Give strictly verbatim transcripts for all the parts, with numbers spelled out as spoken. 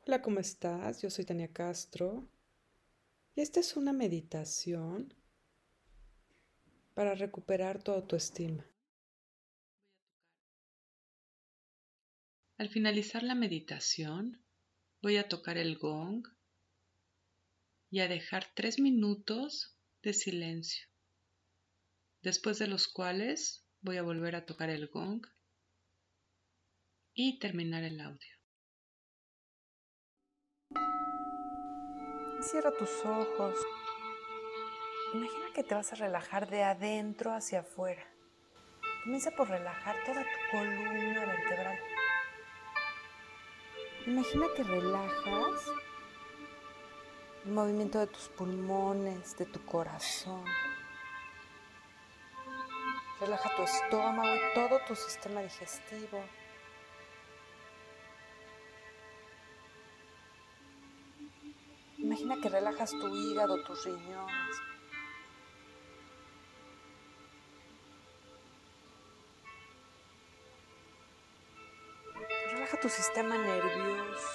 Hola, ¿cómo estás? Yo soy Tania Castro y esta es una meditación para recuperar tu autoestima. Al finalizar la meditación, voy a tocar el gong y a dejar tres minutos de silencio, después de los cuales voy a volver a tocar el gong y terminar el audio. Cierra tus ojos. Imagina que te vas a relajar de adentro hacia afuera. Comienza por relajar toda tu columna vertebral. Imagina que relajas el movimiento de tus pulmones, de tu corazón. Relaja tu estómago y todo tu sistema digestivo. Imagina que relajas tu hígado, tus riñones. Relaja tu sistema nervioso.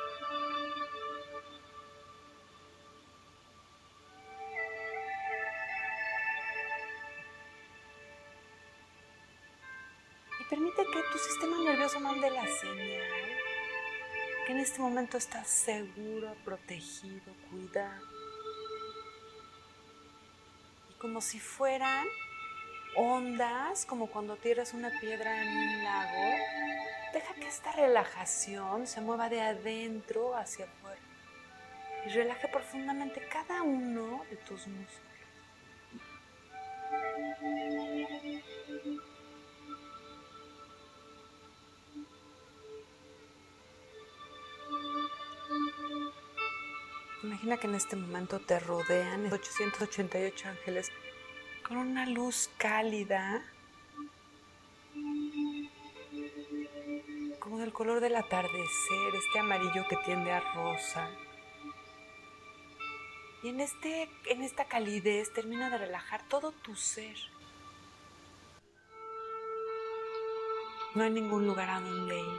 Y permite que tu sistema nervioso mande la señal que en este momento estás seguro, protegido, cuidado. Y como si fueran ondas, como cuando tiras una piedra en un lago, deja que esta relajación se mueva de adentro hacia afuera. Y relaje profundamente cada uno de tus músculos. Imagina que en este momento te rodean ochocientos ochenta y ocho ángeles con una luz cálida, como del color del atardecer, este amarillo que tiende a rosa. Y en, este, en esta calidez termina de relajar todo tu ser. No hay ningún lugar a donde ir.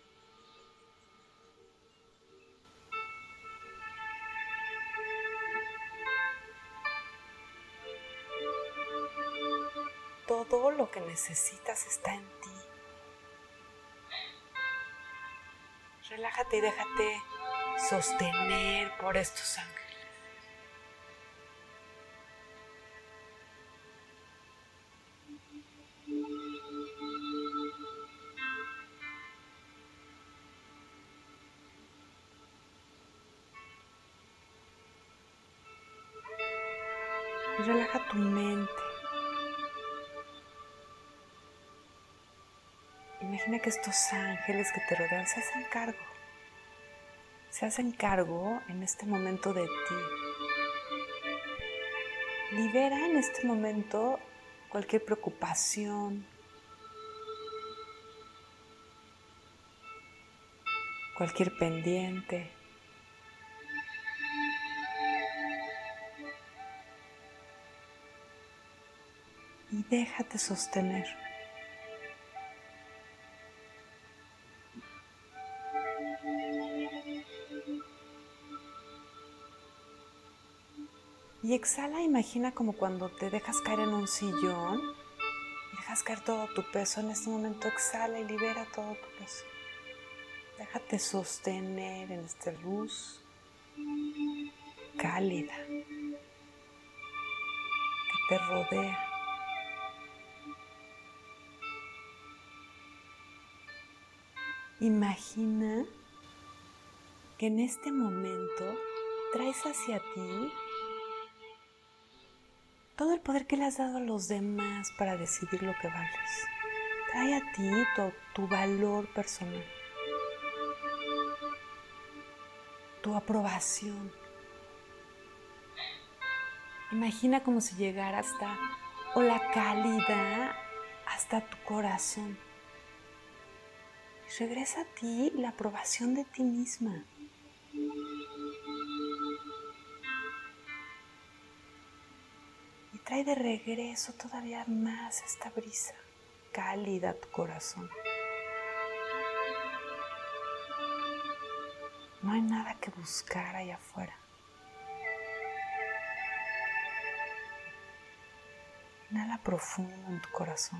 Todo lo que necesitas está en ti. Relájate y déjate sostener por estos ángeles. Y relaja tu mente. Imagina que estos ángeles que te rodean se hacen cargo. Se hacen cargo en este momento de ti. Libera en este momento cualquier preocupación, cualquier pendiente. Y déjate sostener. Y exhala, imagina como cuando te dejas caer en un sillón y dejas caer todo tu peso. En este momento exhala y libera todo tu peso. Déjate sostener en esta luz cálida que te rodea. Imagina que en este momento traes hacia ti todo el poder que le has dado a los demás para decidir lo que vales. Trae a ti tu, tu valor personal, tu aprobación. Imagina como si llegara hasta ola cálida hasta tu corazón. Y regresa a ti la aprobación de ti misma. Y trae de regreso todavía más esta brisa cálida a tu corazón. No hay nada que buscar allá afuera. Inhala profundo en tu corazón.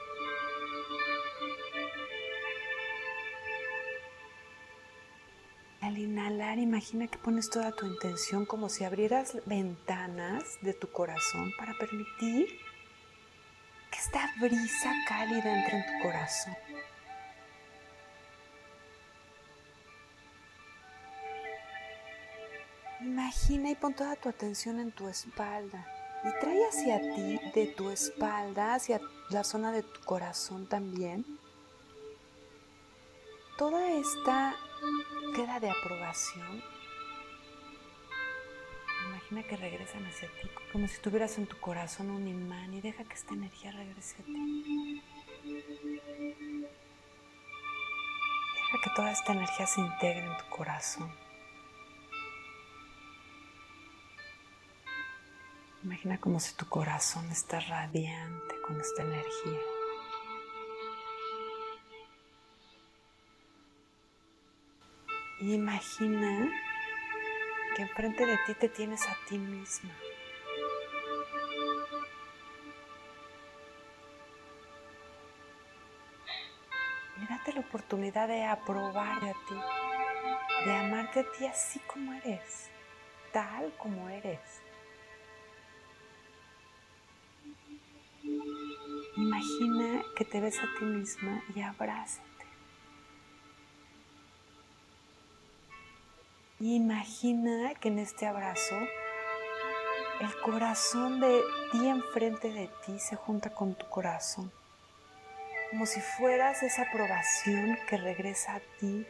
Al inhalar, imagina que pones toda tu intención como si abrieras ventanas de tu corazón para permitir que esta brisa cálida entre en tu corazón. Imagina y pon toda tu atención en tu espalda y trae hacia ti, de tu espalda, hacia la zona de tu corazón también, toda esta queda de aprobación. Imagina que regresan hacia ti, como si tuvieras en tu corazón un imán, y deja que esta energía regrese a ti. Deja que toda esta energía se integre en tu corazón. Imagina como si tu corazón está radiante con esta energía. Y imagina que enfrente de ti te tienes a ti misma. Y date la oportunidad de aprobarte a ti, de amarte a ti así como eres, tal como eres. Imagina que te ves a ti misma y abrázate. Y imagina que en este abrazo el corazón de ti enfrente de ti se junta con tu corazón, como si fueras esa aprobación que regresa a ti.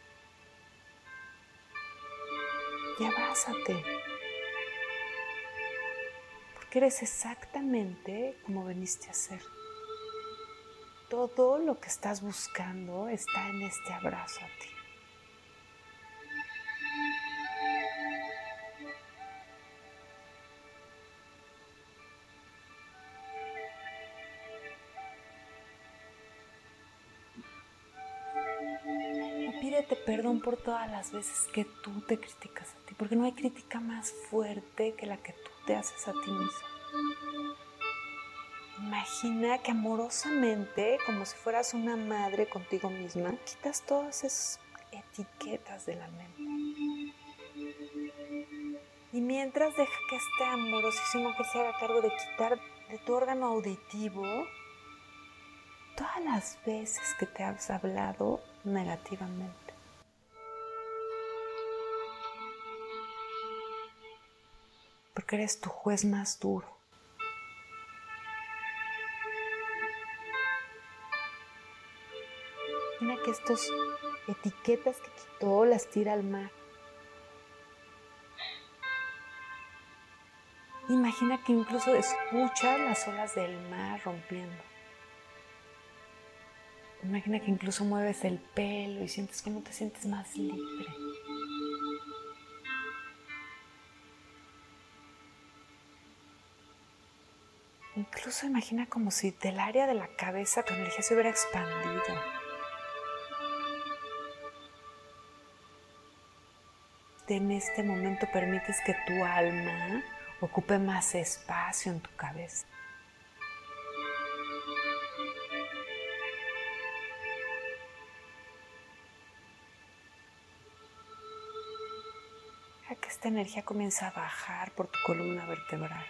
Y abrázate, porque eres exactamente como viniste a ser. Todo lo que estás buscando está en este abrazo a ti. Y pídete perdón por todas las veces que tú te criticas a ti, porque no hay crítica más fuerte que la que tú te haces a ti mismo. Imagina que amorosamente, como si fueras una madre contigo misma, quitas todas esas etiquetas de la mente. Y mientras deja que este amorosísimo ángel se haga cargo de quitar de tu órgano auditivo todas las veces que te has hablado negativamente. Porque eres tu juez más duro. Imagina que estas etiquetas que quitó las tira al mar. Imagina que incluso escuchas las olas del mar rompiendo. Imagina que incluso mueves el pelo y sientes cómo te sientes más libre. Incluso imagina como si del área de la cabeza tu energía se hubiera expandido. En este momento permites que tu alma ocupe más espacio en tu cabeza. Deja que esta energía comience a bajar por tu columna vertebral.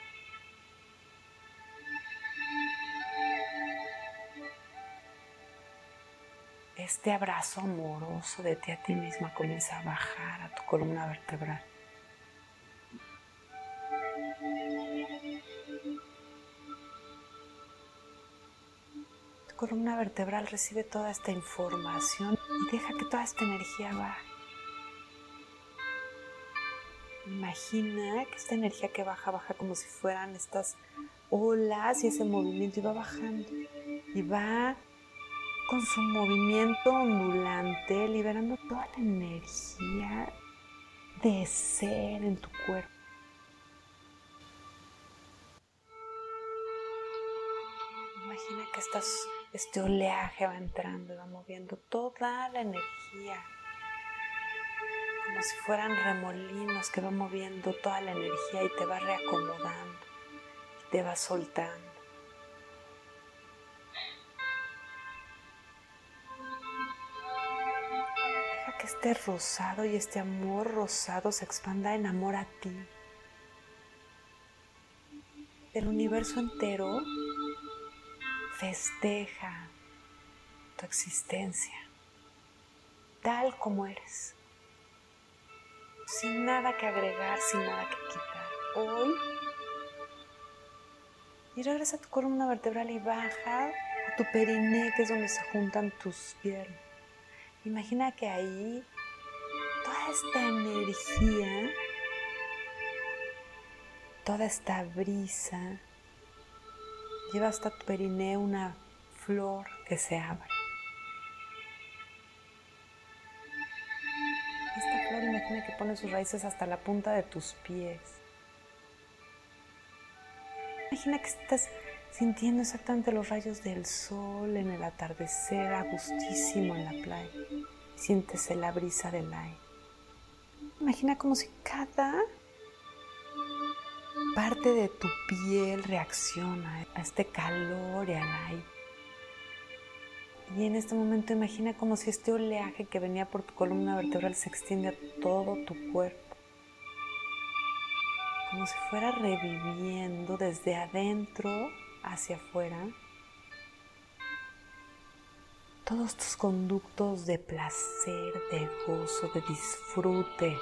Este abrazo amoroso de ti a ti misma comienza a bajar a tu columna vertebral. Tu columna vertebral recibe toda esta información y deja que toda esta energía baje. Imagina que esta energía que baja, baja como si fueran estas olas y ese movimiento y va bajando. Y va con su movimiento ondulante, liberando toda la energía de ser en tu cuerpo. Imagina que estas, este oleaje va entrando y va moviendo toda la energía, como si fueran remolinos que van moviendo toda la energía y te va reacomodando, y te va soltando. Deja que este rosado y este amor rosado se expanda en amor a ti. El universo entero festeja tu existencia, tal como eres, sin nada que agregar, sin nada que quitar. Hoy, y regresa a tu columna vertebral y baja a tu periné, que es donde se juntan tus piernas. Imagina que ahí toda esta energía, toda esta brisa, lleva hasta tu periné una flor que se abre. Esta flor, imagina que pone sus raíces hasta la punta de tus pies. Imagina que estás sintiendo exactamente los rayos del sol en el atardecer, a gustísimo en la playa. Siéntese la brisa del aire. Imagina como si cada parte de tu piel reacciona a este calor y al aire. Y en este momento imagina como si este oleaje que venía por tu columna vertebral se extiende a todo tu cuerpo. Como si fuera reviviendo desde adentro hacia afuera todos tus conductos de placer, de gozo, de disfrute.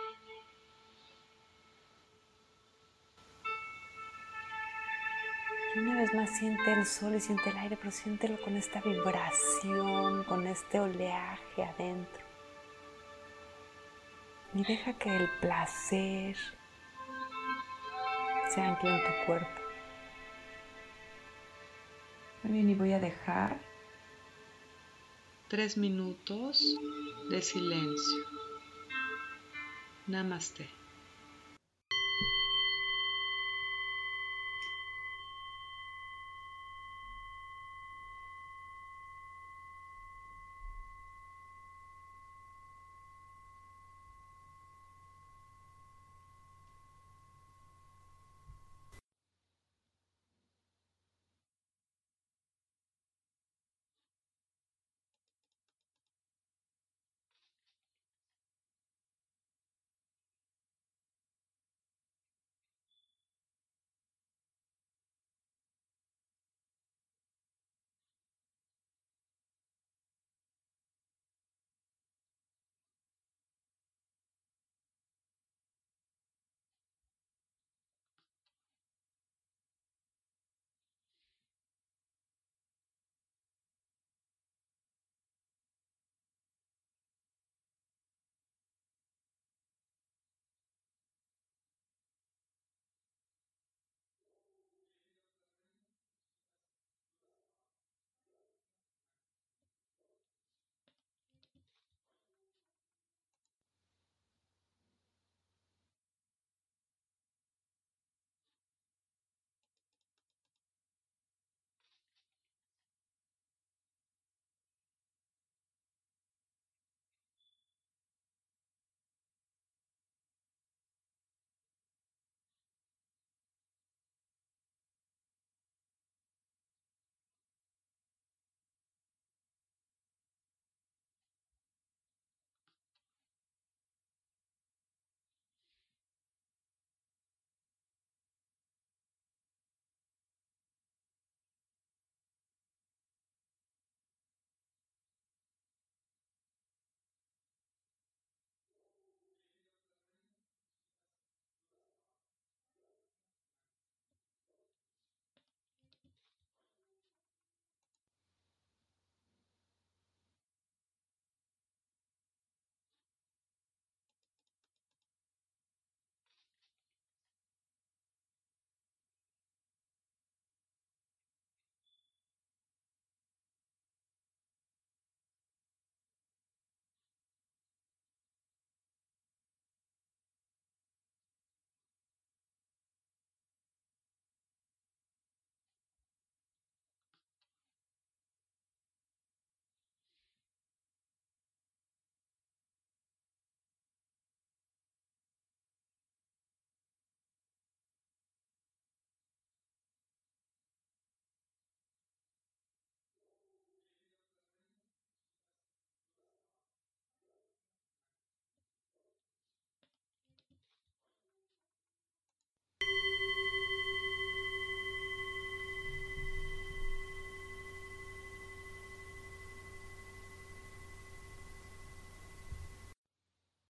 Y una vez más siente el sol y siente el aire, pero siéntelo con esta vibración, con este oleaje adentro. Y deja que el placer se ancle en tu cuerpo. Muy bien, y voy a dejar tres minutos de silencio. Namaste.